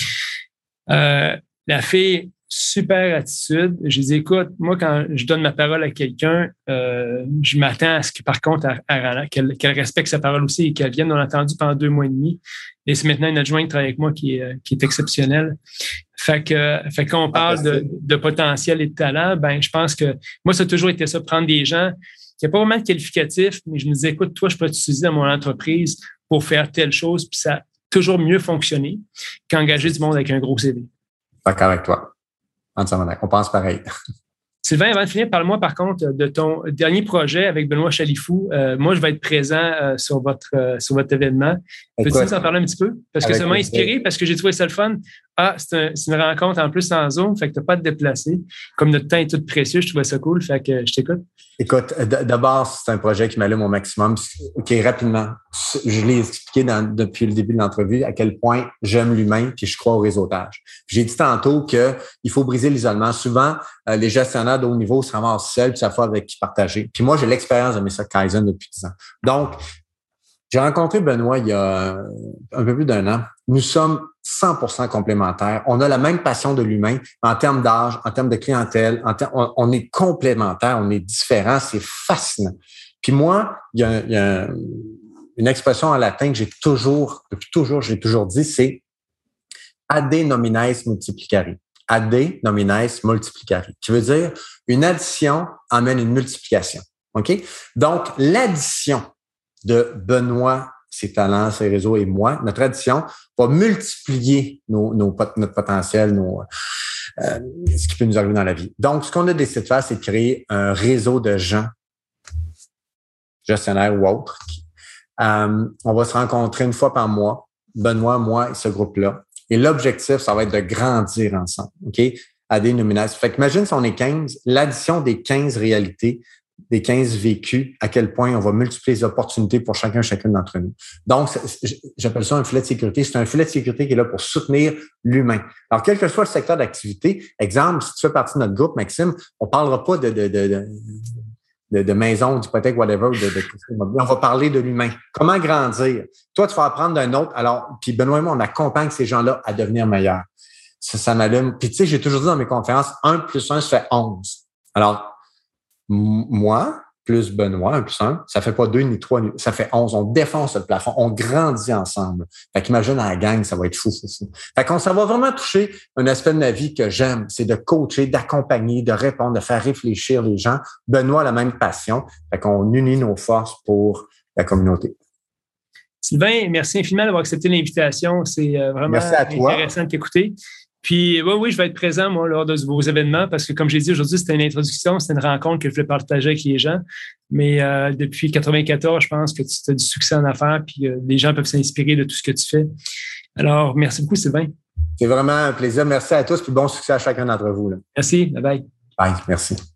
Euh, la fille, super attitude. J'ai dit, écoute, moi, quand je donne ma parole à quelqu'un, euh, je m'attends à ce que, par contre, à, à, à, qu'elle, qu'elle respecte sa parole aussi et qu'elle vienne. On l'a entendu pendant deux mois et demi. Et c'est maintenant une adjointe qui travaille avec moi qui est, qui est exceptionnelle. Fait que, fait qu'on parle de, de potentiel et de talent, ben, je pense que moi, ça a toujours été ça, prendre des gens qui n'ont pas vraiment de qualificatif, mais je me disais, écoute, toi, je peux t'utiliser dans mon entreprise pour faire telle chose, puis ça toujours mieux fonctionner qu'engager du monde avec un gros C V. D'accord avec toi. On pense pareil. Sylvain, avant de finir, parle-moi par contre de ton dernier projet avec Benoît Chalifou. Euh, moi, je vais être présent euh, sur votre euh, sur votre événement. Peux-tu nous en parler un petit peu? Parce que ça m'a inspiré, parce que j'ai trouvé ça le fun. Ah, c'est, un, c'est une rencontre en plus en Zoom, fait que tu n'as pas à te déplacer. Comme notre temps est tout précieux, je trouvais ça cool, fait que je t'écoute. Écoute, d'abord, c'est un projet qui m'allume au maximum. OK, rapidement, je l'ai expliqué dans, depuis le début de l'entrevue à quel point j'aime l'humain puis je crois au réseautage. J'ai dit tantôt qu'il faut briser l'isolement. Souvent, euh, les gestionnaires de haut niveau se ramassent seuls puis ça fait avec qui partager. Puis moi, j'ai l'expérience de Mesa Kaizen depuis dix ans. Donc, j'ai rencontré Benoît il y a un peu plus d'un an. Nous sommes cent pour cent complémentaires. On a la même passion de l'humain en termes d'âge, en termes de clientèle. En termes, on, on est complémentaires, on est différents. C'est fascinant. Puis moi, il y a, il y a une expression en latin que j'ai toujours, depuis toujours, j'ai toujours dit, c'est ad nomines multiplicari. Ad nomines multiplicari, qui veut dire une addition amène une multiplication. OK? Donc, l'addition de Benoît, ses talents, ses réseaux et moi, notre addition va multiplier nos, nos, notre potentiel, nos, euh, ce qui peut nous arriver dans la vie. Donc, ce qu'on a décidé de faire, c'est de créer un réseau de gens, gestionnaires ou autres. Qui, euh, on va se rencontrer une fois par mois, Benoît, moi et ce groupe-là. Et l'objectif, ça va être de grandir ensemble. OK? À des nominations. Fait qu'imagine si on est quinze, l'addition des quinze réalités, des quinze vécus, à quel point on va multiplier les opportunités pour chacun, chacune d'entre nous. Donc, j'appelle ça un filet de sécurité. C'est un filet de sécurité qui est là pour soutenir l'humain. Alors, quel que soit le secteur d'activité, exemple, si tu fais partie de notre groupe, Maxime, on parlera pas de, de, de, de, de, de maison, d'hypothèque, whatever, de, de, on va parler de l'humain. Comment grandir? Toi, tu vas apprendre d'un autre. Alors, puis Benoît et moi, on accompagne ces gens-là à devenir meilleurs. Ça, ça m'allume. Puis tu sais, j'ai toujours dit dans mes conférences, un plus un, ça fait onze. Alors, moi, plus Benoît, un plus un, ça fait pas deux ni trois, ça fait onze. On défonce le plafond, on grandit ensemble. Fait qu'imagine à la gang, ça va être fou, fou, fou. Fait qu'on ça va vraiment toucher un aspect de ma vie que j'aime, c'est de coacher, d'accompagner, de répondre, de faire réfléchir les gens. Benoît a la même passion. Fait qu'on unit nos forces pour la communauté. Sylvain, merci infiniment d'avoir accepté l'invitation. C'est vraiment intéressant de t'écouter. Puis, oui, oui, je vais être présent, moi, lors de vos événements, parce que, comme j'ai dit aujourd'hui, c'était une introduction, c'était une rencontre que je voulais partager avec les gens. Mais euh, depuis quatre-vingt-quatorze, je pense que tu as du succès en affaires, puis euh, les gens peuvent s'inspirer de tout ce que tu fais. Alors, merci beaucoup, Sylvain. C'est vraiment un plaisir. Merci à tous, puis bon succès à chacun d'entre vous. Là. Merci. Bye-bye. Bye. Merci.